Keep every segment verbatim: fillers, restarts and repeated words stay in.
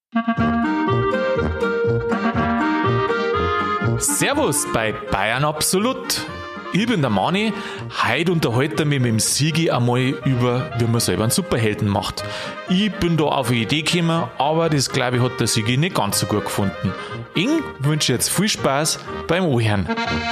Servus bei Bayern Absolut. Ich bin der Mani. Heute unterhalte ich mich mit dem Sigi einmal über, wie man selber einen Superhelden macht. Ich bin da auf eine Idee gekommen, aber das, glaube ich, hat der Sigi nicht ganz so gut gefunden. Ich wünsche jetzt viel Spaß beim Anhören.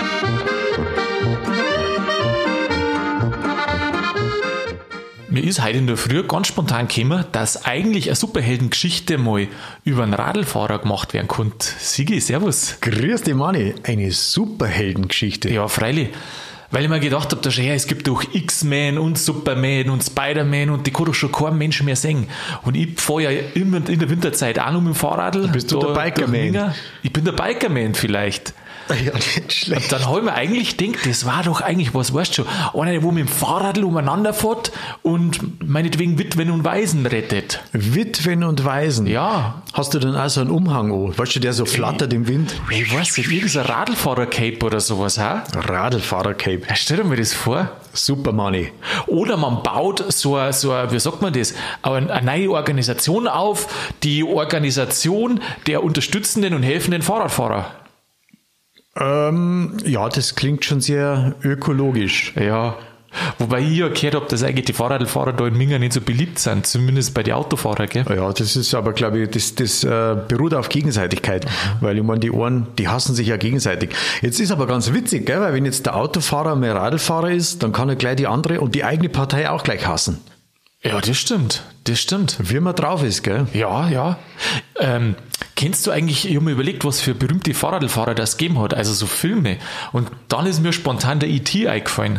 Mir ist heute in der Früh ganz spontan gekommen, dass eigentlich eine Superheldengeschichte mal über einen Radlfahrer gemacht werden konnte. Sigi, servus. Grüß dich, Manni. Eine Superheldengeschichte. Ja, freilich. Weil ich mir gedacht habe, ja, es gibt doch X-Men und Superman und Spider-Man und die kann doch schon kein Mensch mehr singen. Und ich fahre ja immer in der Winterzeit auch noch mit dem Fahrrad. Bist du der Bikerman? Ich bin der Bikerman vielleicht. Ja, nicht schlecht. Und dann habe ich mir eigentlich gedacht, das war doch eigentlich, was weißt du schon, einer, der mit dem Fahrrad umeinander fährt und meinetwegen Witwen und Waisen rettet. Witwen und Waisen? Ja. Hast du dann auch so einen Umhang an? Weißt du, der so flattert im Wind? Ich weiß nicht, irgendein Radlfahrer-Cape oder sowas, ha? Radlfahrer-Cape. Ja, stell dir mir das vor. Super, Manni. Oder man baut so eine, so eine, wie sagt man das, eine, eine neue Organisation auf, die Organisation der unterstützenden und helfenden Fahrradfahrer. Ähm, ja, das klingt schon sehr ökologisch. Ja, wobei ich ja gehört habe, dass eigentlich die Fahrradfahrer da in Minga nicht so beliebt sind, zumindest bei den Autofahrern, gell? Ja, das ist aber, glaube ich, das, das äh, beruht auf Gegenseitigkeit, mhm. weil ich meine, die Ohren, die hassen sich ja gegenseitig. Jetzt ist aber ganz witzig, gell, weil wenn jetzt der Autofahrer mehr Radlfahrer ist, dann kann er gleich die andere und die eigene Partei auch gleich hassen. Ja, das stimmt, das stimmt. Wie man drauf ist, gell? Ja, ja. Ähm, kennst du eigentlich, ich habe mir überlegt, was für berühmte Fahrradfahrer das gegeben hat, also so Filme. Und dann ist mir spontan der E T eingefallen.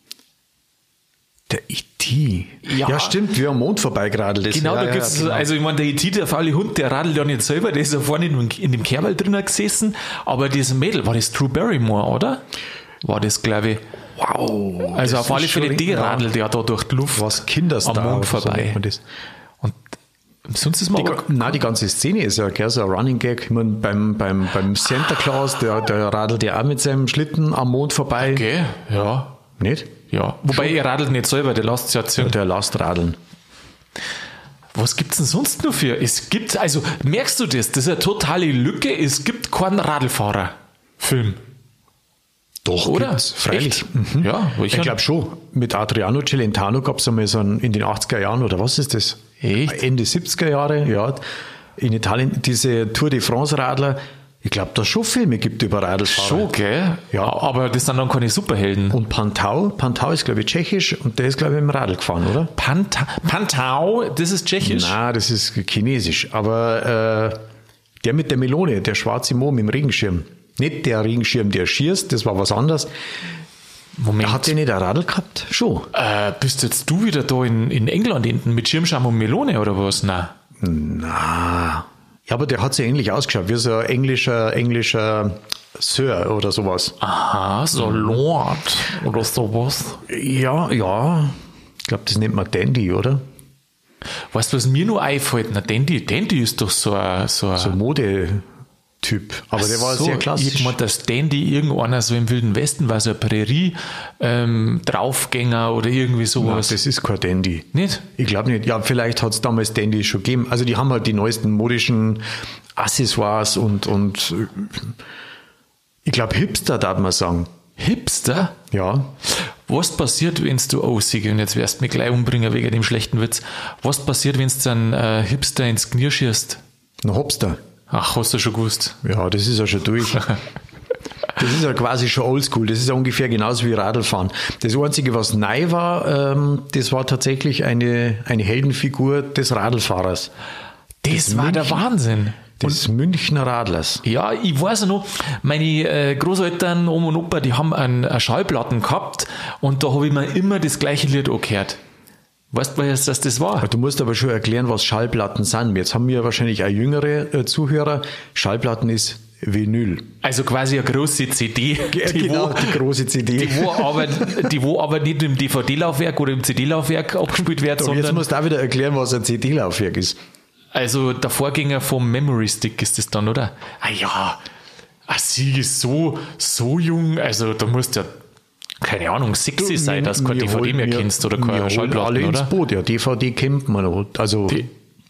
Der E T? Ja, ja stimmt, wie am Mond vorbeigeradelt ist. Genau, ja, da ja, gibt's, genau. also ich meine, der E T, der faule Hund, der radelt ja nicht selber, der ist ja vorne in, in dem Kerl drinnen gesessen, aber dieses Mädel, war das Drew Barrymore, oder? War das, glaube ich. Wow. Also auf alle Fälle, die radelt ja da durch die Luft. Was Kinderstar am Mond vorbei. So das. Und sonst ist man die, aber, nein, die ganze Szene ist ja gell, so ein Running Gag. Ich meine, beim, beim, beim Santa Claus, der, der radelt ja auch mit seinem Schlitten am Mond vorbei. Okay, ja. Nicht? Ja. Wobei, er radelt nicht selber, der lässt es ja ziehen. Ja, der lässt radeln. Was gibt es denn sonst noch für? Es gibt, also merkst du das? Das ist eine totale Lücke. Es gibt keinen Radlfahrer-Film. Doch, oder? Gibt's, freilich. Mhm. Ja, ich glaube schon. Mit Adriano Celentano gab es einmal so einen, in den achtziger Jahren, oder was ist das? Echt? Ende siebziger Jahre, ja. In Italien, diese Tour de France-Radler. Ich glaube, da schon Filme gibt über Radlfahrer. Schon, gell? Ja. Aber das sind dann keine Superhelden. Und Pantau, Pantau ist, glaube ich, tschechisch und der ist, glaube ich, im Radl gefahren, oder? Panta- Pantau, das ist tschechisch? Nein, das ist chinesisch. Aber äh, der mit der Melone, der schwarze Mo mit dem Regenschirm. Nicht der Regenschirm, der schießt, das war was anderes. Moment. Hat der nicht ein Radl gehabt? Schon. Äh, bist jetzt du wieder da in, in England hinten mit Schirmscham und Melone oder was? Nein. Na. Ja, aber der hat so ähnlich ausgeschaut, wie so ein englischer, englischer Sir oder sowas. Aha, so Lord oder sowas. Ja, ja. Ich glaube, das nennt man Dandy, oder? Weißt du, was mir nur einfällt? Na, Dandy, Dandy ist doch so ein... So, so Mode... Typ. Aber Ach der war so, sehr klassisch. Ich meine, dass Dandy irgendeiner so im Wilden Westen war, so ein Prärie ähm, Draufgänger oder irgendwie sowas. Nein, das ist kein Dandy. Nicht? Ich glaube nicht. Ja, vielleicht hat es damals Dandy schon gegeben. Also die haben halt die neuesten modischen Accessoires und, und ich glaube Hipster, darf man sagen. Hipster? Ja. Was passiert, wenn du aussiehst, und jetzt wirst du mich gleich umbringen wegen dem schlechten Witz, was passiert, wenn du einen äh, Hipster ins Knie schießt? Ein Hopster. Ach, hast du schon gewusst? Ja, das ist ja schon durch. Das ist ja quasi schon oldschool. Das ist ja ungefähr genauso wie Radlfahren. Das Einzige, was neu war, ähm, das war tatsächlich eine, eine Heldenfigur des Radlfahrers. Das, das war München, der Wahnsinn. Des und, Münchner Radlers. Ja, ich weiß ja noch, meine äh, Großeltern, Oma und Opa, die haben einen, einen Schallplatten gehabt und da habe ich mir immer das gleiche Lied angehört. Weißt du, was das war? Du musst aber schon erklären, was Schallplatten sind. Jetzt haben wir wahrscheinlich auch jüngere äh, Zuhörer. Schallplatten ist Vinyl. Also quasi eine große C D. Die, genau, wo, die große C D. Die wo, aber, die, wo aber nicht im D V D-Laufwerk oder im C D-Laufwerk abgespielt wird, sondern... Jetzt musst du auch wieder erklären, was ein C D-Laufwerk ist. Also der Vorgänger vom Memory Stick ist das dann, oder? Ah ja, ah, sie ist so, so jung, also da musst du ja, keine Ahnung, sexy du, sein, dass du keine D V D mehr kennst oder keine Schallplatten, alle oder? ins Boot, ja, D V D kennt man noch. Also die,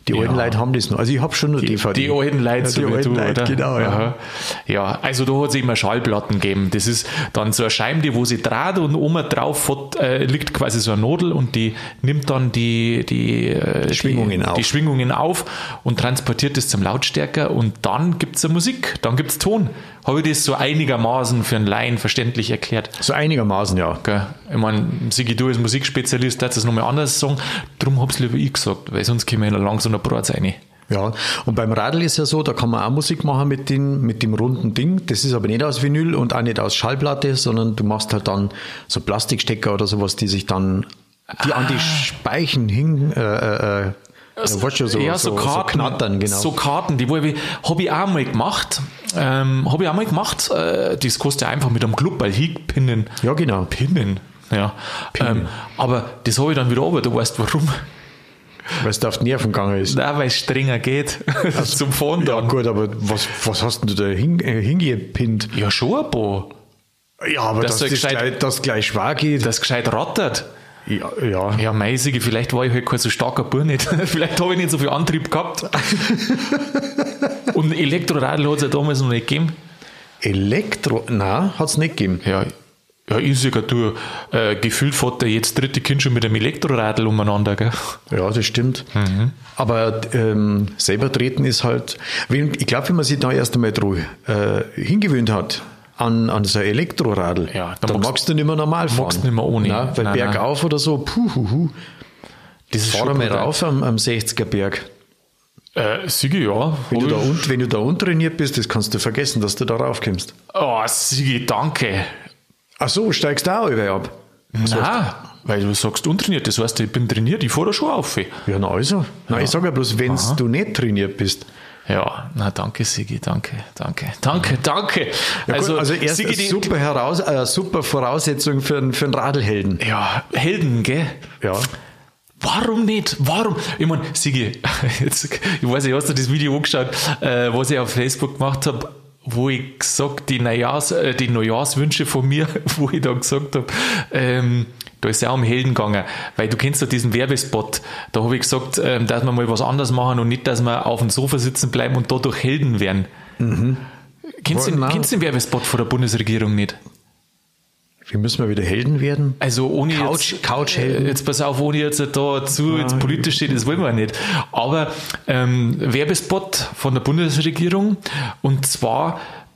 Die alten Ja. Leute haben das noch. Also ich habe schon noch Die, D V D. die alten Leute, ja, so die wie alten du, Leute, oder? genau, ja. Aha. Ja, also da hat es immer Schallplatten gegeben. Das ist dann so eine Scheibe, die wo sie dreht und oben drauf hat, äh, liegt quasi so eine Nadel und die nimmt dann die, die, äh, die Schwingungen die, auf. die Schwingungen auf und transportiert das zum Lautstärker und dann gibt es Musik, dann gibt es Ton. Habe ich das so einigermaßen für einen Laien verständlich erklärt? So einigermaßen, ja. Gell? Ich meine, Sigi, du als Musikspezialist darfst das nochmal anders sagen, darum habe ich es lieber ich gesagt, weil sonst kommen wir in langsam ein Bratz rein. Ja, und beim Radl ist ja so, da kann man auch Musik machen mit, den, mit dem runden Ding. Das ist aber nicht aus Vinyl und auch nicht aus Schallplatte, sondern du machst halt dann so Plastikstecker oder sowas, die sich dann, die ah. an die Speichen hin, äh, äh, Also, weißt du, so, ja, so, so, Karten, so knattern, genau. So Karten, die habe ich, hab ich auch mal gemacht. Ähm, habe ich auch mal gemacht. Äh, das kostet ja einfach mit einem Club, weil hinpinnen. Ja, genau. Pinnen. Ja. Pinnen. Ähm, aber das habe ich dann wieder runter, du weißt warum. Weil es da auf die Nerven gegangen ist. Nein, weil es strenger geht. Also, zum Fahren Ja dann. gut, aber was, was hast denn du da hin, äh, hingepinnt? Ja, schon ein paar. Ja, aber Dass dass, er das, gescheit- gleich, das gleich schwer geht. Das gescheit rattert. Ja, ja. Ja, meisige, vielleicht war ich halt kein so starker Bub nicht. Vielleicht habe ich nicht so viel Antrieb gehabt. Und ein Elektroradl hat es ja damals noch nicht gegeben. Elektro, nein, hat es nicht gegeben. Ja, ja, ist ja gerade du, äh, gefühlt fährt der jetzt dritte Kind schon mit einem Elektroradl umeinander, gell? Ja, das stimmt. Mhm. Aber ähm, selber treten ist halt, wenn, ich glaube, wenn man sich da erst einmal drauf, äh, hingewöhnt hat an, an so ein Elektroradl, Ja, dann dann magst- magst du nicht mehr normal fahren. magst nicht mehr ohne. Nein, weil Nein, bergauf oder so, puh, hu, hu. Das ist Fahr schon einmal brutal. rauf am, am sechziger Berg. Äh, Sigi, ja. Wenn du, Hab da ich- un, wenn du da untrainiert bist, das kannst du vergessen, dass du da raufkommst. Oh, Sigi, danke. Ach so, steigst du auch über ab? Nein, weil du sagst untrainiert, das heißt, ich bin trainiert, ich fahre da schon auf. Ja, na also. Nein, ich sage ja bloß, wenn Aha. du nicht trainiert bist. Ja, na danke, Sigi, danke, danke, danke, danke. Ja, also, gut, also erst Sigi, eine die- super, heraus, äh, super Voraussetzung für, einen- für einen Radlhelden. Ja, Helden, gell? Ja. Warum nicht? Warum? Ich meine, Sigi, jetzt, ich weiß nicht, hast du das Video angeschaut, äh, was ich auf Facebook gemacht habe, wo ich gesagt, die, Neujahrs, äh, die Neujahrswünsche von mir, wo ich da gesagt habe, ähm, da ist es auch um Helden gegangen, weil du kennst doch diesen Werbespot, da habe ich gesagt, ähm, dass wir mal was anderes machen und nicht, dass wir auf dem Sofa sitzen bleiben und dadurch Helden werden. Mhm. Kennst du den, Nein. kennst du den Werbespot von der Bundesregierung nicht? Wie müssen wir wieder Helden werden? Also ohne Couch- jetzt, Couchhelden. äh, jetzt pass auf, ohne jetzt da zu jetzt politisch steht, das wollen wir nicht. Aber ähm, Werbespot von der Bundesregierung und zwar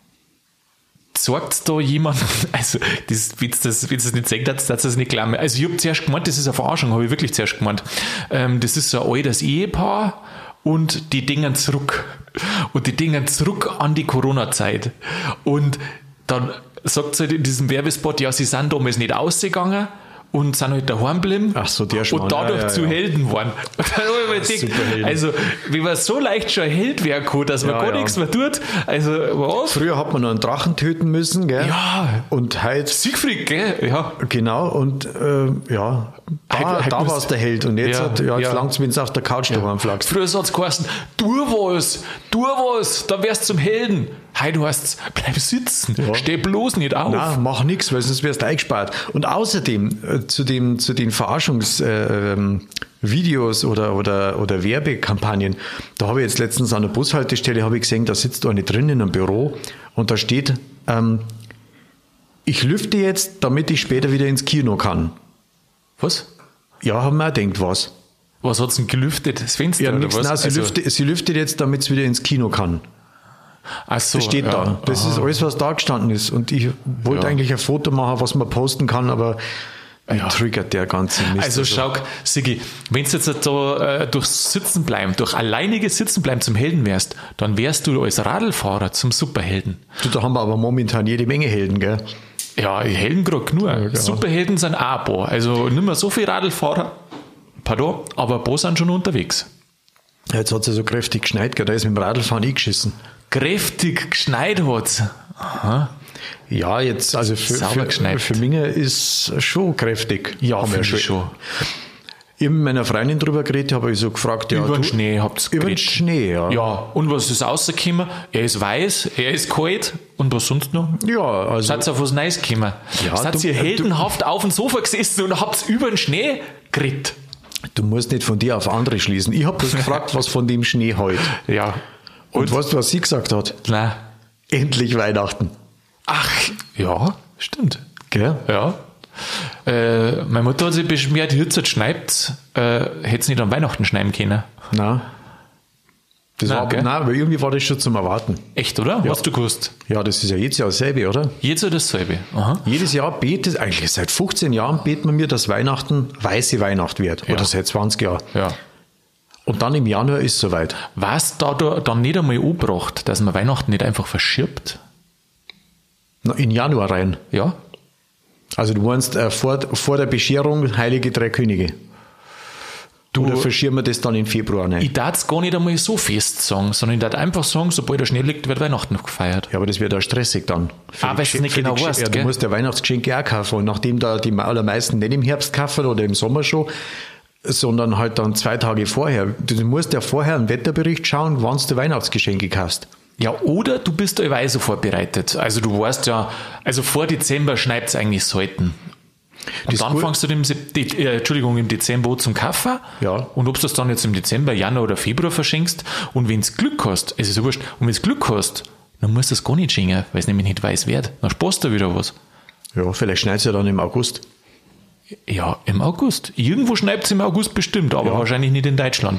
sagt da jemand, also das, wenn ihr das, wenn ihr das nicht sagt, dass das nicht glauben. Also ich habe zuerst gemeint, das ist eine Verarschung, habe ich wirklich zuerst gemeint. Ähm, das ist so ein altes Ehepaar und die dingen zurück. Und die dingen zurück an die Corona-Zeit. Und dann sagt sie halt in diesem Werbespot, ja, sie sind damals nicht ausgegangen und sind halt daheim geblieben. Ach so, der Schmarrn. Und dadurch Ja, ja, zu ja. Helden waren. Und dann habe ich mir gedacht, Superhelden. also, wie man so leicht schon ein Held werden kann, dass man Ja, gar ja. nichts mehr tut. Also, was? Früher hat man noch einen Drachen töten müssen, gell? Ja. Und heute, Siegfried, gell? Ja. genau, und äh, ja, da, Heute- heute da muss- war es der Held. Und jetzt, Ja, hat, ja, jetzt ja. langt's, wenn du auf der Couch daheim flachst. Früher hat es geheißen, tu was, tu was, dann wärst du zum Helden. Heute heißt es, bleib sitzen, Ja. steh bloß nicht auf. Nein, mach nichts, weil sonst wirst du eingespart. Und außerdem, äh, zu, dem, zu den Verarschungsvideos oder, oder, oder Werbekampagnen, da habe ich jetzt letztens an der Bushaltestelle habe ich gesehen, da sitzt eine drin in einem Büro und da steht, ähm, ich lüfte jetzt, damit ich später wieder ins Kino kann. Was? Ja, haben wir auch gedacht, was? Was hat's denn gelüftet? Das Fenster Ja, oder nix, was? nein, sie, Also- lüftet, sie lüftet jetzt, damit es wieder ins Kino kann. Ach so, Das steht ja. da. Das Aha. ist alles, was da gestanden ist. Und ich wollte Ja. eigentlich ein Foto machen, was man posten kann, aber mich Ja. triggert der ganze Mist. Also schau, Sigi, wenn du jetzt da äh, durchs Sitzen bleiben, durch alleiniges Sitzen bleiben zum Helden wärst, dann wärst du als Radlfahrer zum Superhelden. Du, da haben wir aber momentan jede Menge Helden, gell? Ja, Helden gerade genug. genau. Superhelden sind auch ein paar. Also nicht mehr so viele Radlfahrer, pardon, aber ein paar sind schon unterwegs. Jetzt hat es ja so kräftig geschneit, gell? Da ist mit dem Radlfahren eingeschissen. Kräftig geschneit hat's. Aha. Ja, jetzt, also für, Sauber für, geschneit. für mich ist schon kräftig. Ja, Haben wir finde ich schon. Ich habe mit meiner Freundin drüber geredet, habe ich so gefragt, ja, Über den du- Schnee habt ihr Über den Schnee, ja. Ja, und was ist rausgekommen? Er ist weiß, er ist kalt und was sonst noch? Ja, also. Seid ihr auf was Neues gekommen? Ja, Seid du- ihr äh, du- heldenhaft auf dem Sofa gesessen und habt über den Schnee geredet? Du musst nicht von dir auf andere schließen. Ich habe bloß gefragt, was von dem Schnee hält. Ja. Und, und weißt du, was sie gesagt hat? Nein. Endlich Weihnachten. Ach, ja, stimmt. Gell? Ja. Äh, meine Mutter hat sich beschwert, jetzt schneit, äh, hätte es nicht an Weihnachten schneien können. Nein. Das Nein, war, gell? nein, aber irgendwie war das schon zum Erwarten. Echt, oder? Ja. Hast du gewusst? Ja, das ist ja jedes Jahr dasselbe, oder? Jetzt ja dasselbe. Aha. Jedes Jahr betet, eigentlich seit fünfzehn Jahren beten wir mir, dass Weihnachten weiße Weihnacht wird. Ja. Oder seit zwanzig Jahren. Ja. Und dann im Januar ist es soweit. War es da, da dann nicht einmal angebracht, dass man Weihnachten nicht einfach verschirbt? Na, in Januar rein. Ja. Also du meinst äh, vor, vor der Bescherung Heilige Drei Könige. Du, Oder verschieben wir das dann im Februar rein? ich darf es gar nicht einmal so fest sagen, sondern ich darf einfach sagen, sobald der Schnee liegt, wird Weihnachten noch gefeiert. Ja, aber das wird auch stressig dann. Für Ah, die weil du Gesche- nicht für die genau Gesche- weißt, Ja, du gell? musst ja Weihnachtsgeschenke auch kaufen. Und nachdem da die allermeisten nicht im Herbst kaufen oder im Sommer schon, sondern halt dann zwei Tage vorher. Du musst ja vorher einen Wetterbericht schauen, wann du Weihnachtsgeschenke kaufst. Ja, oder du bist allweil so vorbereitet. Also du weißt ja, also vor Dezember schneit es eigentlich selten. Und Das dann gut- fängst du im, Sep- De- äh, Entschuldigung, im Dezember an zum Kaufen. Ja. Und ob du das dann jetzt im Dezember, Januar oder Februar verschenkst. Und wenn du Glück hast, es ist so wurscht, und wenn du Glück hast, dann musst du das gar nicht schenken, weil es nämlich nicht weiß wird. Dann sparst du wieder was. Ja, vielleicht schneit es ja dann im August. Ja, im August. Irgendwo schneit es im August bestimmt, aber Ja. wahrscheinlich nicht in Deutschland.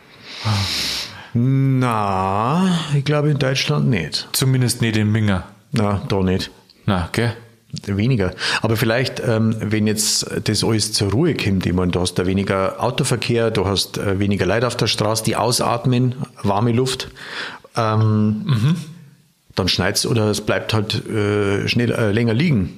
Na, ich glaube in Deutschland nicht. Zumindest nicht in Minger. Na, da nicht. Na, gell? Weniger. Aber vielleicht, ähm, wenn jetzt das alles zur Ruhe kommt, ich meine, du hast da weniger Autoverkehr, du hast äh, weniger Leute auf der Straße, die ausatmen, warme Luft, ähm, Mhm. dann schneit's oder es bleibt halt äh, schnell, äh, länger liegen.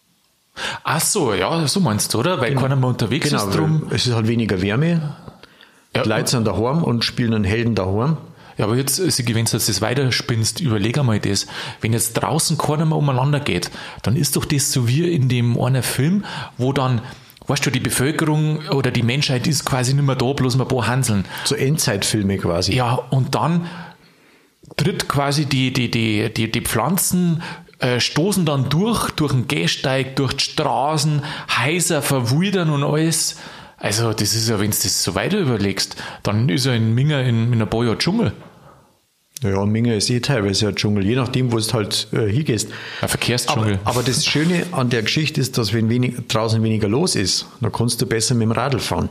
Ach so, ja, so meinst du, oder? Weil keiner mehr unterwegs Genau, ist drum. weil es ist halt weniger Wärme, Ja, die Leute sind daheim und spielen einen Helden daheim. Ja, aber jetzt, Sigi, wenn du jetzt das weiterspinnst, überleg einmal das. Wenn jetzt draußen keiner mehr umeinander geht, dann ist doch das so wie in dem einen Film, wo dann, weißt du, die Bevölkerung oder die Menschheit ist quasi nicht mehr da, bloß mal ein paar Hanseln. So Endzeitfilme quasi. Ja, und dann tritt quasi die, die, die, die, die Pflanzen, äh, stoßen dann durch, durch den Gehsteig, durch die Straßen, Häuser verwildern und alles. Also, das ist ja, wenn du das so weiter überlegst, dann ist ja in Minga in, in ein paar Jahren Dschungel. Ja, Minga ist eh teilweise ein Dschungel, je nachdem, wo du halt äh, hingehst. Ein Verkehrsdschungel. Aber, aber das Schöne an der Geschichte ist, dass wenn wenig, draußen weniger los ist, dann kannst du besser mit dem Radl fahren.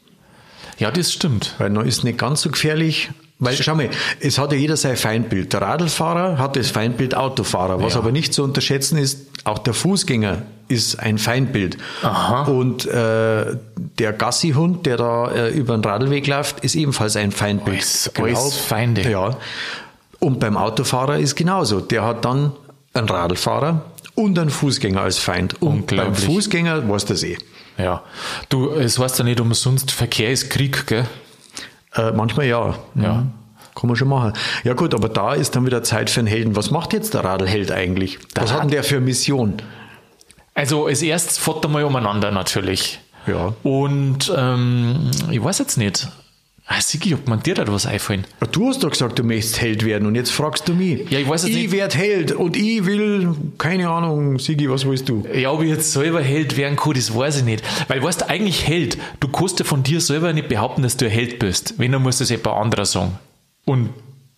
Ja, das stimmt. Weil dann ist nicht ganz so gefährlich. Weil, schau mal, es hat ja jeder sein Feindbild. Der Radlfahrer hat das Feindbild Autofahrer. Was Ja. aber nicht zu unterschätzen ist, auch der Fußgänger ist ein Feindbild. Aha. Und äh, der Gassihund, der da äh, über den Radlweg läuft, ist ebenfalls ein Feindbild. Alles- alles Feinde. Ja. Und beim Autofahrer ist genauso. Der hat dann einen Radlfahrer und einen Fußgänger als Feind. Und beim Unglaublich. Fußgänger weißt du das eh. Ja. Du, es heißt ja nicht umsonst, Verkehr ist Krieg, gell? Äh, manchmal ja. Ja. Mhm. Kann man schon machen. Ja gut, aber da ist dann wieder Zeit für einen Helden. Was macht jetzt der Radlheld eigentlich? Was hat denn der für eine Mission? Also, als erstes fährt er mal umeinander natürlich. Ja. Und, ähm, ich weiß jetzt nicht. Ah, Sigi, ob man dir da was einfallen? Du hast doch gesagt, du möchtest Held werden und jetzt fragst du mich. Ja, ich weiß jetzt ich nicht. werd Held und ich will, keine Ahnung, Sigi, was willst du? Ja, ob ich jetzt selber Held werden kann, das weiß ich nicht. Weil, weißt du, eigentlich Held, du kannst ja von dir selber nicht behaupten, dass du ein Held bist. Wenn, dann muss das jemand anderer sagen. Und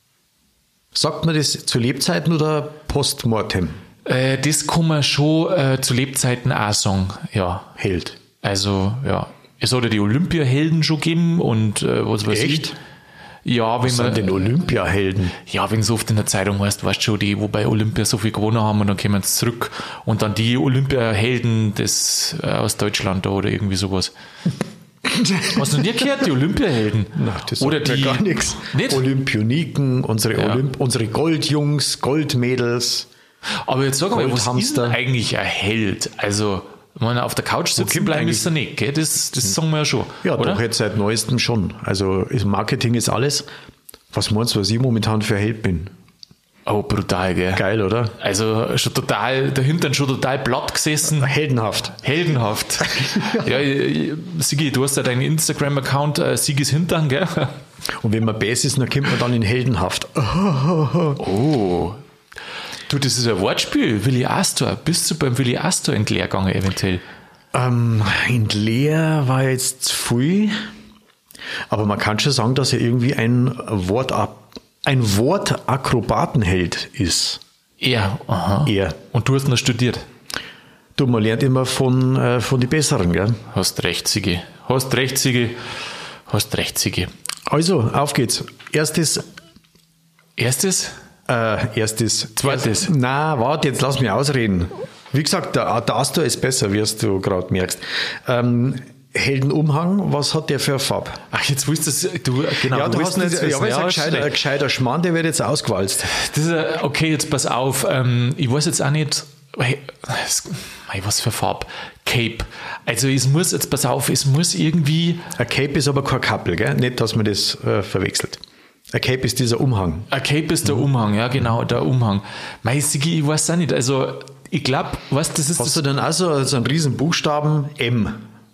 Sagt man das zu Lebzeiten oder postmortem? äh, das kann man schon äh, zu Lebzeiten auch sagen, ja. Held. Also, ja. Es hat ja die Olympiahelden schon gegeben und äh, was weiß Echt? ich. Ja, wenn Was man. sind denn Olympiahelden? Ja, wenn so oft in der Zeitung heißt, weißt du schon, die, wo bei Olympia so viel gewonnen haben und dann kommen sie zurück und dann die Olympiahelden des, äh, aus Deutschland da oder irgendwie sowas. Hast du nie gehört, die Olympiahelden? Na, das oder sagt mir die, gar nichts. Nicht? Olympioniken, unsere, Ja. Olymp unsere Goldjungs, Goldmädels. Aber jetzt sag mal, was ist Goldhamster. denn eigentlich ein Held? Also, wenn man auf der Couch sitzen kommt bleiben eigentlich- ist er nicht, gell? Das, das sagen wir ja schon. Ja, oder? doch jetzt seit neuestem schon. Also ist- Marketing ist alles. Was meinst du, was ich momentan für Held bin? Oh, brutal, gell? Geil, oder? Also schon total, der Hintern schon total platt gesessen. Heldenhaft. Heldenhaft. ja, ich- Sigi, du hast ja deinen Instagram-Account äh, Sigis Hintern, gell? Und wenn man Bass ist, dann kommt man dann in Heldenhaft. Oh. Du, das ist ein Wortspiel. Willi Astor. Bist du beim Willi Astor entleer gegangen eventuell? Ähm, in Leer war jetzt zu viel. Aber man kann schon sagen, dass er irgendwie ein Wort ein Wortakrobatenheld ist. Er, aha. Er. Und du hast noch studiert. Du, man lernt immer von, äh, von den Besseren, gell? Hast recht, Sigi. Hast recht, Sigi. Hast recht, Sigi. Also, auf geht's. Erstes. Erstes? Äh, erstes. Zweites. Erst, na, warte, jetzt lass mich ausreden. Wie gesagt, der, der Astor ist besser, wie du gerade merkst. Ähm, Heldenumhang, was hat der für eine Farbe? Ach, jetzt willst du du genau. Ja, du, du hast nicht, ja, aber ja, ein, gescheiter, ein gescheiter Schmarrn, der wird jetzt ausgewalzt. Das ist ein, okay, jetzt pass auf. Ähm, ich weiß jetzt auch nicht, hey, was für Farbe? Cape. Also es muss, jetzt pass auf, es muss irgendwie... Ein Cape ist aber kein Kappel, gell? Nicht, dass man das äh, verwechselt. Ein Cape ist dieser Umhang. Ein Cape ist der mhm. Umhang, ja genau, der Umhang. Mei, Sigi, ich weiß auch nicht, also ich glaube, was das ist... Hast das du dann also so einen riesen Buchstaben M?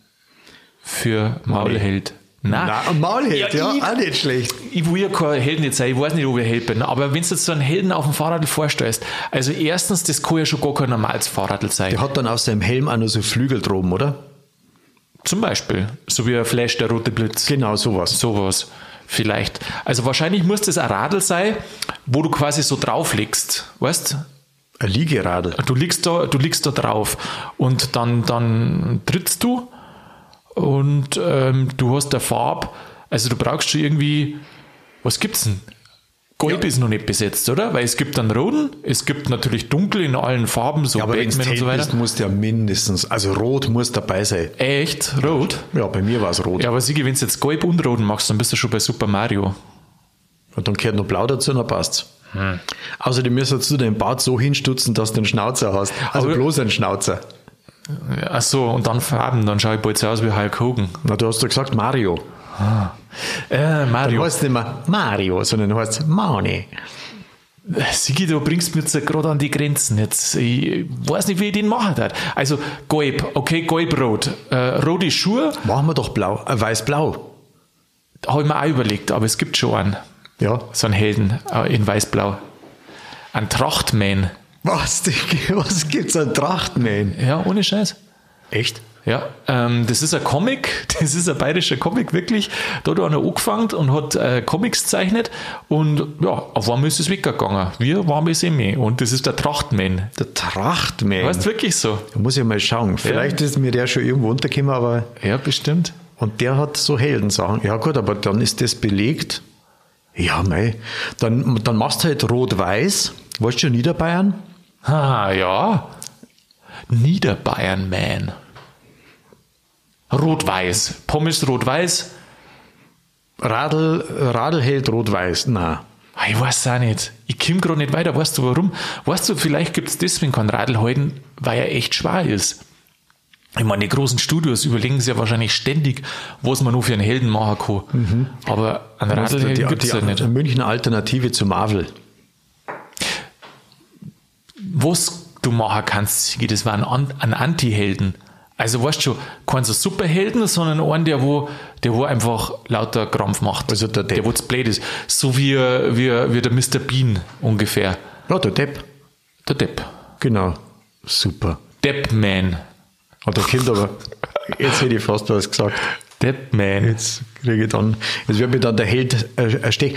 Für Maulheld. Nein, Nein Maulheld, ja, ja ich, auch nicht schlecht. Ich will ja kein Held nicht sein, ich weiß nicht, ob ich Held bin, aber wenn du jetzt so einen Helden auf dem Fahrrad vorstellst, also erstens, das kann ja schon gar kein normales Fahrrad sein. Der hat dann aus seinem Helm auch noch so Flügel droben, oder? Zum Beispiel, so wie ein Flash, der rote Blitz. Genau, sowas. Sowas, vielleicht. Also wahrscheinlich muss das ein Radl sein, wo du quasi so drauf liegst, weißt du? Ein Liegeradl. Du liegst da, du liegst da drauf und dann, dann trittst du. Und ähm, du hast eine Farbe, also du brauchst schon irgendwie, was gibt's denn? Gelb ja. ist noch nicht besetzt, oder? Weil es gibt einen roten, es gibt natürlich dunkel in allen Farben, so ja, aber Batman und so weiter. Bist, musst ja mindestens, also rot muss dabei sein. Echt? Rot? Ja, bei mir war es rot. Ja, aber Sigi, wenn du jetzt gelb und rot machst, dann bist du schon bei Super Mario. Und dann gehört noch blau dazu, dann passt's. Hm. Außerdem müsstest du den Bart so hinstutzen, dass du einen Schnauzer hast. Also aber bloß einen Schnauzer. Ach so, und dann Farben, dann schaue ich bald so aus wie Hulk Hogan. Na, du hast doch gesagt Mario. Ah. Äh, Mario. Dann heißt es nicht mehr Mario, sondern heißt es Mani. Sigi, du bringst mich jetzt gerade an die Grenzen. Jetzt, ich weiß nicht, wie ich den machen darf. Also, gelb, okay, gelb-rot. Äh, rote Schuhe. Machen wir doch blau, äh, weiß-blau. Habe ich mir auch überlegt, aber es gibt schon einen. Ja. So einen Helden äh, in weiß-blau. Ein Trachtman. Was, was gibt's an Trachtman? Ja, ohne Scheiß. Echt? Ja, ähm, das ist ein Comic, das ist ein bayerischer Comic, wirklich. Da hat einer angefangen und hat äh, Comics gezeichnet und ja, auf einmal ist es weggegangen. Wir waren bis immer und das ist der Trachtman. Der Trachtman? Weißt du, wirklich so? Da muss ich mal schauen. Vielleicht ja. ist mir der schon irgendwo untergekommen, aber... Ja, bestimmt. Und der hat so Heldensachen. Ja gut, aber dann ist das belegt. Ja, mei. Dann, dann machst du halt rot-weiß. Weißt du schon Niederbayern? Ah, ja. Niederbayern-Man. Rot-Weiß. Pommes rot-weiß. Radl, Radlheld rot-weiß. Nein. Ich weiß auch nicht. Ich komme gerade nicht weiter. Weißt du warum? Weißt du, vielleicht gibt es deswegen kein Radlhelden, weil er echt schwer ist. Ich meine, die großen Studios überlegen sich ja wahrscheinlich ständig, was man nur für einen Helden machen kann. Mhm. Aber ein Radlhelden gibt es ja nicht. Eine Münchner Alternative zu Marvel. Was du machen kannst, das war ein, ein Anti-Helden. Also weißt du schon, kein so Superhelden, sondern einen, der wo, der wo einfach lauter Krampf macht. Also der Depp. Der wo zu blöd ist. So wie, wie, wie der Mister Bean ungefähr. Ja, der Depp. Der Depp. Genau. Super. Deppman. Hat der Kind aber, jetzt hätte ich fast was gesagt. Deppman. Jetzt kriege ich dann, jetzt wird mir dann der Held erstechen.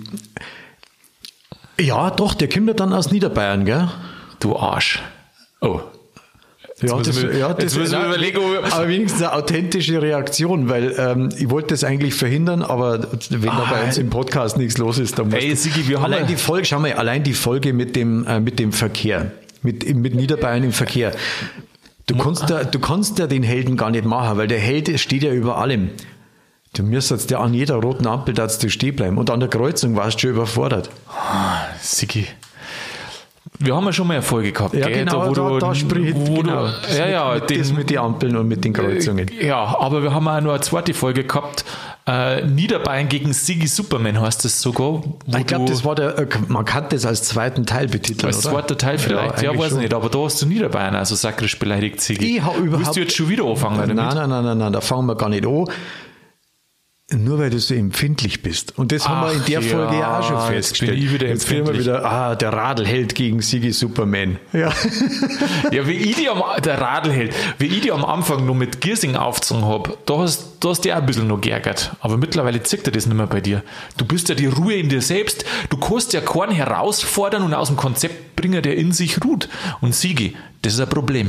Ja, doch, der kommt ja dann aus Niederbayern, gell? Du Arsch. Oh. Jetzt ja, das, mir, ja, das ist überlegen, aber wenigstens eine authentische Reaktion, weil ähm, ich wollte das eigentlich verhindern, aber wenn ah, da bei uns im Podcast nichts los ist, dann muss ey, Sigi, wir allein haben die Folge, schau mal, allein die Folge mit dem äh, mit dem Verkehr, mit mit Niederbayern im Verkehr. Du kannst da, du kannst ja den Helden gar nicht machen, weil der Held steht ja über allem. Du müsstest ja an jeder roten Ampel da stehen bleiben und an der Kreuzung warst du schon überfordert. Ah, Sigi. Wir haben ja schon mal Erfolge gehabt, ja, gell? Genau, da, wo da, du, da spricht, wo genau. Du, ja, ja, mit, den, das mit den Ampeln und mit den Kreuzungen. Ja, aber wir haben auch noch eine zweite Folge gehabt. Äh, Niederbayern gegen Sigi Superman heißt das sogar. Ich glaube, das war der, man kann das als zweiten Teil betiteln, als oder? Als zweiter Teil vielleicht, ja, ja weiß schon. Nicht. Aber da hast du Niederbayern also sakrisch beleidigt, Sigi. Ich habe überhaupt... Willst du jetzt schon wieder anfangen damit? Nein, nein, nein, nein, nein, da fangen wir gar nicht an. nur weil du so empfindlich bist. Und das Ach, haben wir in der ja, Folge ja auch schon festgestellt. Jetzt bin ich wieder jetzt kriegen wir wieder, ah, der Radlheld gegen Sigi Superman. Ja, ja wie ich die am, der Radlheld, wie ich die am Anfang noch mit Giersing aufgezogen habe, da hast, da hast du auch ein bisschen noch geärgert. Aber mittlerweile zieht er das nicht mehr bei dir. Du bist ja die Ruhe in dir selbst. Du kannst ja keinen herausfordern und aus dem Konzept bringen, der in sich ruht. Und Sigi, das ist ein Problem.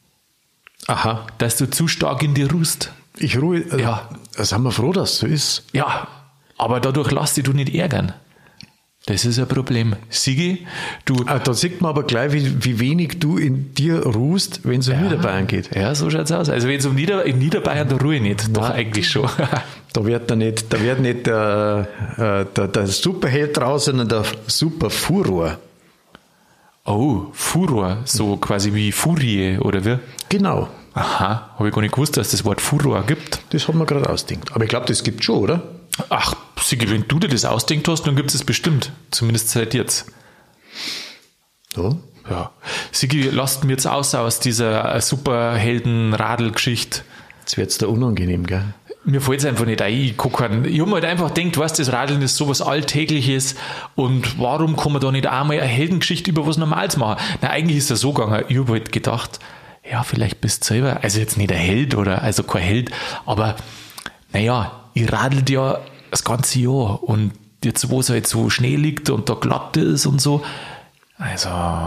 Aha. Dass du zu stark in dir ruhst. Ich ruhe, also, ja. Sind wir froh, dass es so ist. Ja, aber dadurch lass dich du nicht ärgern. Das ist ein Problem. Sigi, du... Ah, da sieht man aber gleich, wie, wie wenig du in dir ruhst, wenn es um ja, Niederbayern geht. Ja, so schaut es aus. Also wenn es um Nieder, in Niederbayern, da ruhe ich nicht. Nein. Doch eigentlich schon. Da wird da nicht, da wird nicht der, der, der Superheld draus, sondern der Superfuror. Oh, Furor, so quasi wie Furie, oder wie? Genau. Aha, habe ich gar nicht gewusst, dass das Wort Furor gibt. Das hat man gerade ausdenkt. Aber ich glaube, das gibt schon, oder? Ach, Sigi, wenn du dir das ausdenkt hast, dann gibt es es bestimmt. Zumindest seit jetzt. So? Ja. Sigi, lasst mir jetzt aus aus dieser Superhelden-Radl-Geschichte. Jetzt wird es da unangenehm, gell? Mir fällt es einfach nicht ein. Ich, ich habe mir halt einfach gedacht, weißt, das Radeln ist sowas Alltägliches und warum kann man da nicht einmal eine Heldengeschichte über was Normales machen? Na, eigentlich ist es so gegangen. Ich habe halt gedacht, ja, vielleicht bist du selber, also jetzt nicht ein Held oder, also kein Held, aber naja, ich radelt ja das ganze Jahr und jetzt, wo es halt so Schnee liegt und da glatt ist und so, also,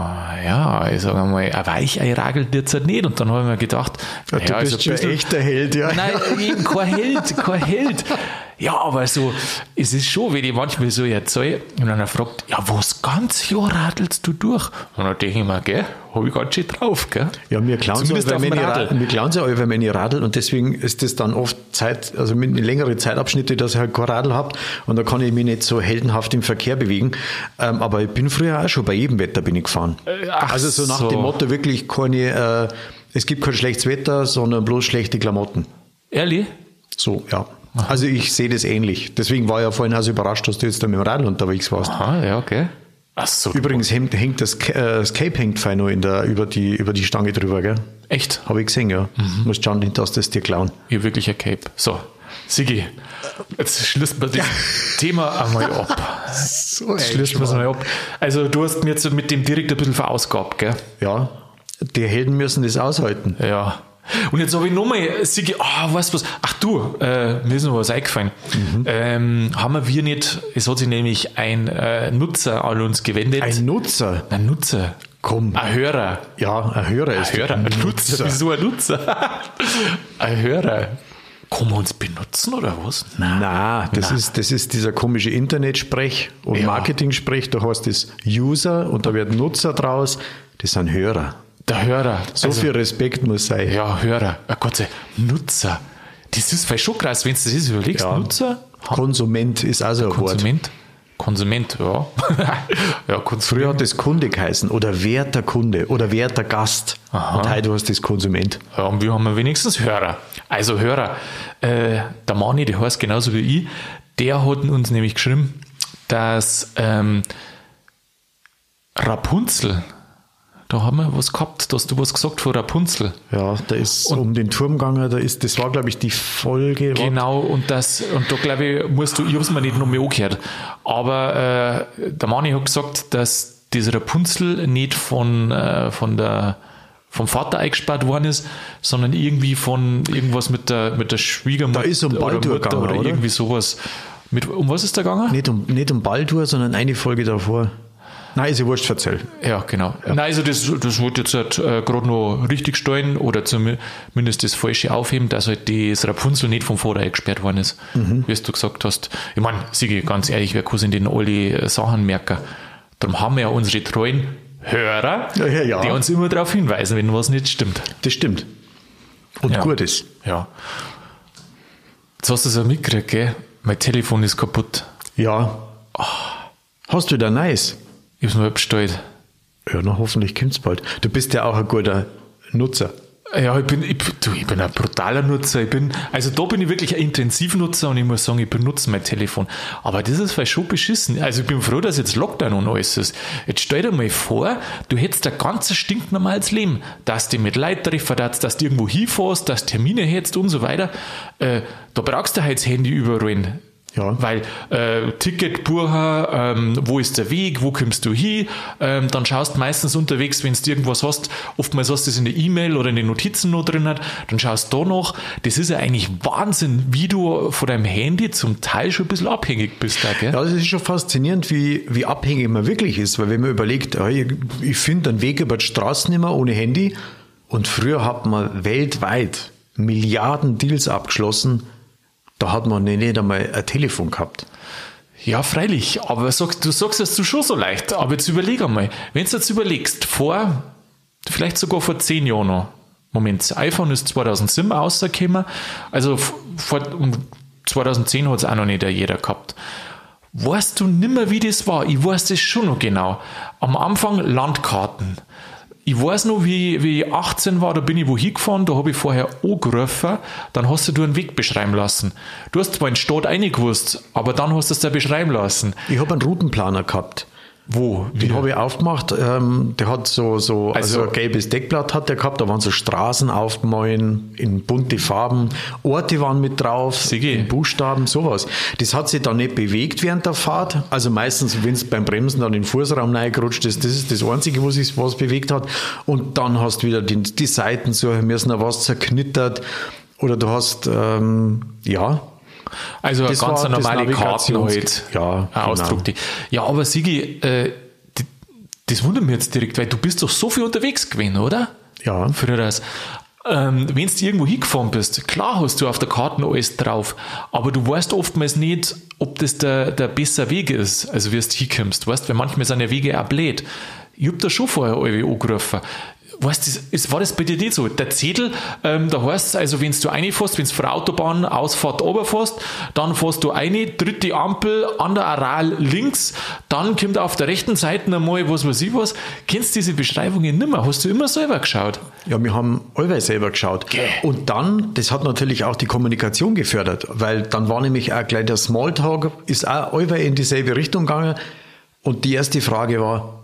ja, ich sage mal, ein Weichei ragelt jetzt halt nicht. Und dann habe ich mir gedacht, ja, du ja, bist also schon ein echter Held, ja. Nein, eben kein Held, kein Held. Ja, aber so, es ist schon, wenn ich manchmal so erzähle und dann fragt, ja, was ganz Jahr radelst du durch? Und dann denke ich mir, gell, habe ich ganz schön drauf, gell? Ja, wir klauen es ja, wenn ich radel und deswegen ist das dann oft Zeit, also mit längere Zeitabschnitte, dass ich halt kein Radl habe und da kann ich mich nicht so heldenhaft im Verkehr bewegen. Ähm, aber ich bin früher auch schon bei jedem Wetter bin ich gefahren. Ach also so nach so. dem Motto wirklich keine, äh, es gibt kein schlechtes Wetter, sondern bloß schlechte Klamotten. Ehrlich? So, ja. Also ich sehe das ähnlich. Deswegen war ich ja vorhin auch so überrascht, dass du jetzt da mit dem Radl unterwegs warst. Aha, ja, okay. Ach so. Übrigens hängt, hängt das, äh, das Cape hängt fein noch in der, über, die, über die Stange drüber, gell? Echt? Habe ich gesehen, ja. Mhm. Musst schauen, nicht, dass das dir klauen. Ja, wirklich ein Cape. So, Sigi, jetzt schließen wir das Thema einmal ab. So jetzt schließen wir es einmal ab. Also du hast mir jetzt mit dem direkt ein bisschen verausgabt, gell? Ja, die Helden müssen das aushalten. Ja. Und jetzt habe ich nochmal, Sigi, ah, oh, weißt du was? Ach du, äh, mir ist noch was eingefallen. Mhm. Ähm, haben wir nicht, es hat sich nämlich ein äh, Nutzer an uns gewendet. Ein Nutzer? Ein Nutzer. Komm. Ein Hörer. Ja, ein Hörer ist ein Hörer. Ein Nutzer. Nutzer. Wieso ein Nutzer? Ein Hörer. Kann man uns benutzen oder was? Nein, Nein das, Nein. Ist, das ist dieser komische Internetsprech und ja. Marketing-Sprech. Da heißt es User und da wird Nutzer draus. Das sind Hörer. Der Hörer. So also, viel Respekt muss sein. Ja, Hörer. Oh Gott sei Nutzer. Das ist vielleicht schon krass, wenn du das jetzt überlegst. Ja. Nutzer? Konsument ist also ein Wort. Konsument? Konsument, ja. Ja, Konsument. Früher hat das Kunde geheißen oder werter Kunde oder werter Gast. Aha. Und heute hast du das Konsument. Ja, und wir haben wenigstens Hörer. Also Hörer, äh, der Mani, der heißt genauso wie ich, der hat uns nämlich geschrieben, dass ähm, Rapunzel, da haben wir was gehabt, da hast du was gesagt von Rapunzel. Ja, da ist und um den Turm gegangen, da ist, das war, glaube ich, die Folge. Genau, und das, und da glaube ich, musst du, ich habe es mir nicht noch mehr angehört, aber äh, der Mani hat gesagt, dass diese Rapunzel nicht von, äh, von der, vom Vater eingespart worden ist, sondern irgendwie von irgendwas mit der, mit der Schwiegermutter. Da ist um Baldur oder, gegangen, oder oder? irgendwie sowas. Mit, um was ist da gegangen? Nicht um, nicht um Baldur, sondern eine Folge davor. Nein, ist ja wurscht, erzähl. Ja, genau. Ja. Nein, also das, das wollte jetzt halt, äh, gerade noch richtig stellen oder zumindest das Falsche aufheben, dass halt das Rapunzel nicht vom Vater eingesperrt worden ist, mhm. wie du gesagt hast. Ich meine, Sigi, ganz ehrlich, wer kann sich denn alle Sachen merken? Darum haben wir ja unsere treuen Hörer, ja, ja, ja. die uns immer darauf hinweisen, wenn was nicht stimmt. Das stimmt. Und ja. gut ist. Ja. Jetzt hast du es auch mitgekriegt, gell? Mein Telefon ist kaputt. Ja. Oh. Hast du da nice? Ich hab's mir bestellt. Ja, na, hoffentlich kommt's bald. Du bist ja auch ein guter Nutzer. Ja, ich bin, ich, du, ich bin ein brutaler Nutzer. Ich bin, also da bin ich wirklich ein Intensivnutzer und ich muss sagen, ich benutze mein Telefon. Aber das ist vielleicht schon beschissen. Also ich bin froh, dass jetzt Lockdown und alles ist. Jetzt stell dir mal vor, du hättest ein ganzes stinknormales Leben, dass du mit Leuten treffen darfst, dass du irgendwo hinfährst, dass du Termine hättest und so weiter. Äh, da brauchst du halt das Handy überall. Ja. Weil äh, Ticket buchen, ähm, wo ist der Weg, wo kommst du hin, ähm, dann schaust du meistens unterwegs, wenn du irgendwas hast, oftmals hast du das in der E-Mail oder in den Notizen noch drin, hat, dann schaust du da noch. Das ist ja eigentlich Wahnsinn, wie du von deinem Handy zum Teil schon ein bisschen abhängig bist. Da, gell? Ja, das ist schon faszinierend, wie, wie abhängig man wirklich ist, weil wenn man überlegt, ich, ich finde einen Weg über die Straßen nicht mehr ohne Handy und früher hat man weltweit Milliarden Deals abgeschlossen. Da hat man nicht einmal ein Telefon gehabt. Ja, freilich. Aber sag, du sagst es schon so leicht. Aber jetzt überleg einmal. Wenn du jetzt überlegst, vor, vielleicht sogar vor zehn Jahren noch. Moment, das iPhone ist zweitausendsieben rausgekommen. Also vor zweitausendzehn hat es auch noch nicht jeder gehabt. Weißt du nimmer, wie das war? Ich weiß das schon noch genau. Am Anfang Landkarten. Ich weiß noch, wie, wie ich achtzehn war, da bin ich wo hingefahren, da habe ich vorher angerufen, dann hast du einen Weg beschreiben lassen. Du hast zwar in die Stadt reingewusst, aber dann hast du es dir beschreiben lassen. Ich habe einen Routenplaner gehabt. Wo? Den habe ich aufgemacht, ähm, der hat so, so also, also ein gelbes Deckblatt hat der gehabt, da waren so Straßen aufgemalt in bunte Farben, Orte waren mit drauf, Sigi. in Buchstaben, sowas. Das hat sich dann nicht bewegt während der Fahrt, also meistens, wenn es beim Bremsen dann in den Fußraum reingerutscht ist, das ist das Einzige, wo sich was bewegt hat. Und dann hast du wieder die, die Seiten suchen müssen, da was zerknittert oder du hast, ähm, ja... Also eine das ganz war normale Karten halt. Ja, ein Ausdruck. genau. Ja, aber Sigi, äh, die, das wundert mich jetzt direkt, weil du bist doch so viel unterwegs gewesen, oder? Ja. Früher das. Ähm, wenn du irgendwo hingefahren bist, klar hast du auf der Karte alles drauf, aber du weißt oftmals nicht, ob das der, der bessere Weg ist, also wie du hinkommst. Weißt, weil manchmal sind ja Wege auch blöd. Ich hab da schon vorher alle angerufen. Weißt du, ist, war das bei dir nicht so? Der Zettel, ähm, da heißt es, also wenn du reinfährst, wenn du von der Autobahn Ausfahrt runterfährst, dann fährst du eine, dritte Ampel an der Aral links, dann kommt auf der rechten Seite einmal was weiß ich was. Kennst du diese Beschreibungen nicht mehr? Hast du immer selber geschaut? Ja, wir haben allweil selber geschaut. Okay. Und dann, das hat natürlich auch die Kommunikation gefördert, weil dann war nämlich auch gleich der Smalltalk, ist auch allweil in dieselbe Richtung gegangen. Und die erste Frage war,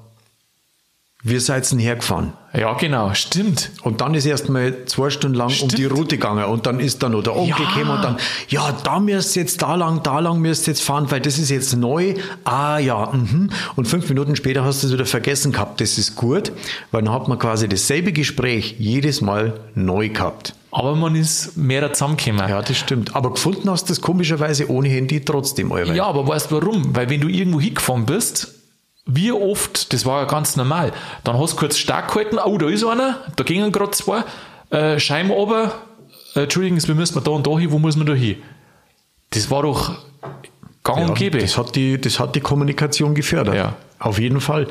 wie seid ihr denn hergefahren? Ja, genau, stimmt. Und dann ist erst mal zwei Stunden lang Stimmt. um die Route gegangen und dann ist dann noch der Onkel Ja. gekommen und dann, ja, da müsst ihr jetzt da lang, da lang müsst ihr jetzt fahren, weil das ist jetzt neu. Ah ja, mhm. Und fünf Minuten später hast du es wieder vergessen gehabt. Das ist gut, weil dann hat man quasi dasselbe Gespräch jedes Mal neu gehabt. Aber man ist mehr zusammengekommen. Ja, das stimmt. Aber gefunden hast du das komischerweise ohne Handy trotzdem. Eure. Ja, aber weißt du warum? Weil wenn du irgendwo hingefahren bist, wie oft, das war ja ganz normal, dann hast du kurz stark gehalten, oh, da ist einer, da gingen gerade zwei, äh, Scheiben runter, äh, Entschuldigung, wir müssen da und da hin, wo muss man da hin? Das war doch gang Ja, und gäbe. das hat die, das hat die Kommunikation gefördert. Ja. Auf jeden Fall.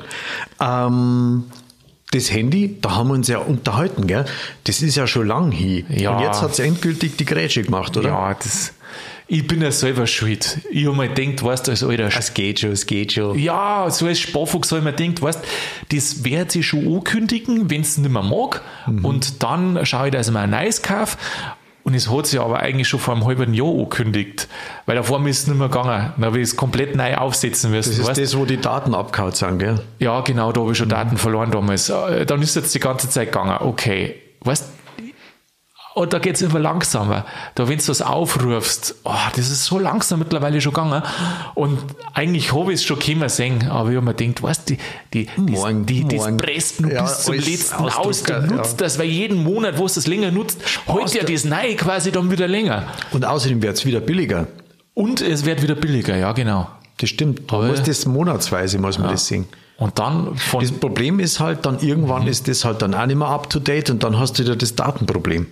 Ähm, das Handy, da haben wir uns ja unterhalten, gell? Das ist ja schon lang hin. Ja. Und jetzt hat es endgültig die Grätsche gemacht, oder? Ja, das, ich bin ja selber schuld. Ich habe mir gedacht, weißt du, als alter Es geht schon, es geht schon. Ja, so als Sparfuchs habe ich mir gedacht, weißt, das werde ich schon ankündigen, wenn es nicht mehr mag. Mhm. Und dann schaue ich, dass ich mir ein neues kaufe. Und es hat sich aber eigentlich schon vor einem halben Jahr angekündigt. Weil davor mir ist es nicht mehr gegangen. Dann habe ich es komplett neu aufsetzen müssen. Das ist weißt? das, wo die Daten abgehauen sind, gell? Ja, genau, da habe ich schon Daten verloren damals. Dann ist jetzt die ganze Zeit gegangen. Okay, weißt du, und da geht es immer langsamer. Da, wenn du das aufrufst, oh, das ist so langsam mittlerweile schon gegangen. Und eigentlich habe ich es schon können sehen, aber ich habe mir gedacht, weißt du, die, die, Morgen, die, das morgen. presst nur Ja, bis zum als letzten Ausdruck, aus. Du ja. nutzt das, weil jeden Monat, wo du das länger nutzt, holt ja das Neue quasi dann wieder länger. Und außerdem wird es wieder billiger. Und es wird wieder billiger, ja, genau. Das stimmt. Aber- Man muss das monatsweise, muss man das sehen. Und dann von. Das Problem ist halt, dann irgendwann Mhm. ist das halt dann auch nicht mehr up to date und dann hast du wieder das Datenproblem.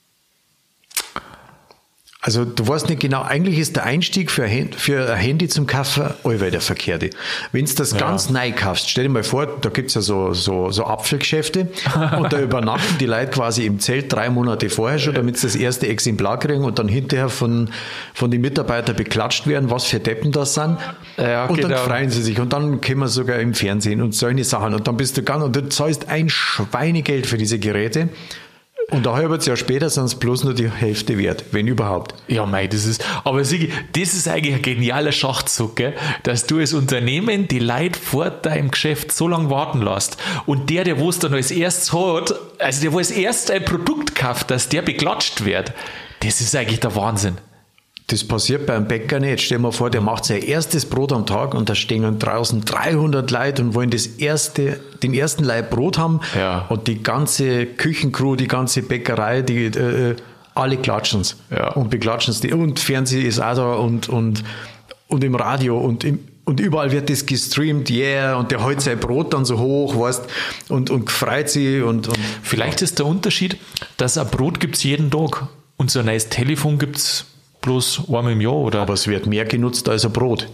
Also du weißt nicht genau, eigentlich ist der Einstieg für ein, Hand- für ein Handy zum Kaufen allweil der verkehrte. Wenn du das Ja. ganz neu kaufst, stell dir mal vor, da gibt's ja so, so, so Apfelgeschäfte und da übernachten die Leute quasi im Zelt drei Monate vorher schon, damit sie das erste Exemplar kriegen und dann hinterher von, von den Mitarbeitern beklatscht werden, was für Deppen das sind. Ja, und dann genau. freuen sie sich und dann kommen wir sogar im Fernsehen und solche Sachen und dann bist du ganz und du zahlst ein Schweinegeld für diese Geräte. Und ein halbes Jahr später sind es bloß nur die Hälfte wert, wenn überhaupt. Ja, mei, das ist, aber Sigi, das ist eigentlich ein genialer Schachzug, gell? Dass du als Unternehmen die Leute vor deinem Geschäft so lange warten lässt und der, der wo es dann als erstes hat, also der, wo als erstes ein Produkt kauft, dass der beklatscht wird, das ist eigentlich der Wahnsinn. Das passiert beim Bäcker nicht. Stell dir mal vor, der macht sein erstes Brot am Tag und da stehen draußen dreihundert Leute und wollen das erste, den ersten Laib Brot haben. Ja. Und die ganze Küchencrew, die ganze Bäckerei, die äh, alle klatschen es. Ja. Und beklatschen es. Und Fernsehen ist auch da und, und, und im Radio und im Und überall wird das gestreamt, yeah, und der hält sein Brot dann so hoch, weißt, und, und freut sich. Und, und Vielleicht ist der Unterschied, dass ein Brot gibt es jeden Tag und so ein neues Telefon gibt es bloß einmal im Jahr, oder? Aber es wird mehr genutzt als ein Brot.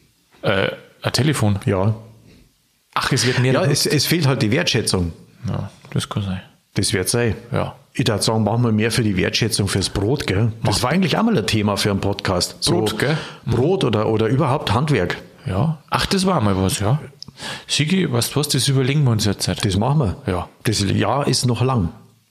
Äh, ein Telefon? Ja. Ach, es wird mehr Ja, genutzt. es, es fehlt halt die Wertschätzung. Ja, das kann sein. Das wird sein. Ja. Ich würde sagen, machen wir mehr für die Wertschätzung fürs Brot, gell? Das war eigentlich auch mal ein Thema für einen Podcast. So Brot, gell? Brot oder, oder überhaupt Handwerk. Ja. Ach, das war mal was, ja. Sigi, weißt du was, das überlegen wir uns jetzt. Das machen wir. Ja. Das Jahr ist noch lang.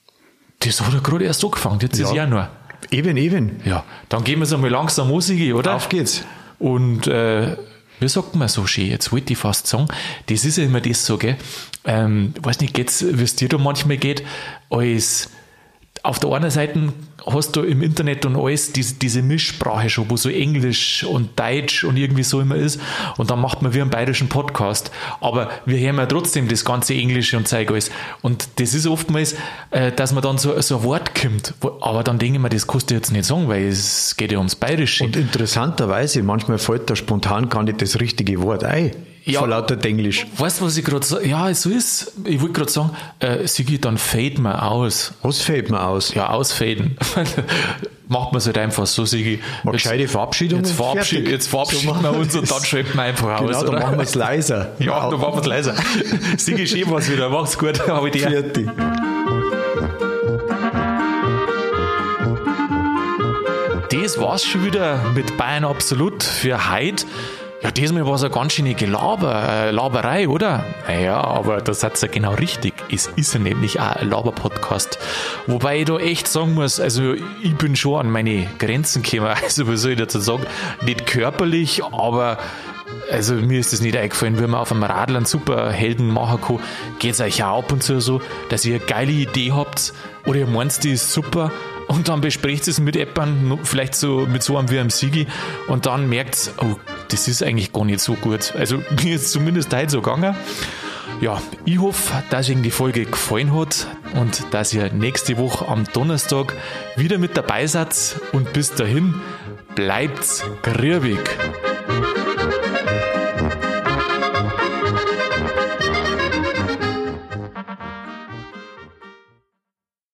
Das hat er gerade erst angefangen, jetzt ist Ja. Januar. Eben, eben. Ja, dann gehen wir es einmal langsam an, Sigi, oder? Auf geht's. Und äh, wie sagt man so schön, jetzt wollte ich fast sagen, das ist ja immer das so, gell? Ähm, weiß nicht, geht's, wie es dir da manchmal geht, als auf der einen Seite hast du im Internet und alles diese, diese Mischsprache schon, wo so Englisch und Deutsch und irgendwie so immer ist. Und dann macht man wie einen bayerischen Podcast. Aber wir hören ja trotzdem das ganze Englische und Zeug alles. Und das ist oftmals, äh, dass man dann so, so ein Wort kommt. Wo- Aber dann denke ich mir, das kannst du jetzt nicht sagen, weil es geht ja ums Bayerische. Und interessanterweise, manchmal fällt da spontan gar nicht das richtige Wort ein. Ja. Vor lauter Englisch. Weißt du, was ich gerade sage? Ja, so ist. Ich wollte gerade sagen, äh, Sigi, dann fade man aus. Was fällt mir aus? Ja, ausfaden. Macht man es halt einfach so, Sigi. Mal Jetzt, gescheite Verabschiedung. jetzt, und verabschied, fertig. jetzt verabschieden So wir machen uns und dann wir's. schalten wir einfach aus. Genau, dann oder? machen wir es leiser. Ja, dann machen wir es leiser. Sigi, schön was wieder. Macht's gut. Habe ich dir. Fertig. Das war's schon wieder mit Bayern Absolut für heute. Ja, diesmal war es eine ganz schöne Gelaber, äh, Laberei, oder? Naja, aber das hat's ja genau richtig. Es ist ja nämlich auch ein Laber-Podcast. Wobei ich da echt sagen muss, also ich bin schon an meine Grenzen gekommen. Also, wie soll ich dazu sagen? Nicht körperlich, aber also mir ist das nicht eingefallen, wenn man auf einem Radl einen Superhelden machen kann. Geht's euch auch ab und zu so, dass ihr eine geile Idee habt oder ihr meint, die ist super und dann besprecht es mit jemandem, vielleicht so mit so einem wie einem Sigi und dann merkt oh, das ist eigentlich gar nicht so gut. Also mir ist zumindest heute so gegangen. Ja, ich hoffe, dass Ihnen die Folge gefallen hat und dass ihr nächste Woche am Donnerstag wieder mit dabei seid und bis dahin bleibt's grübig.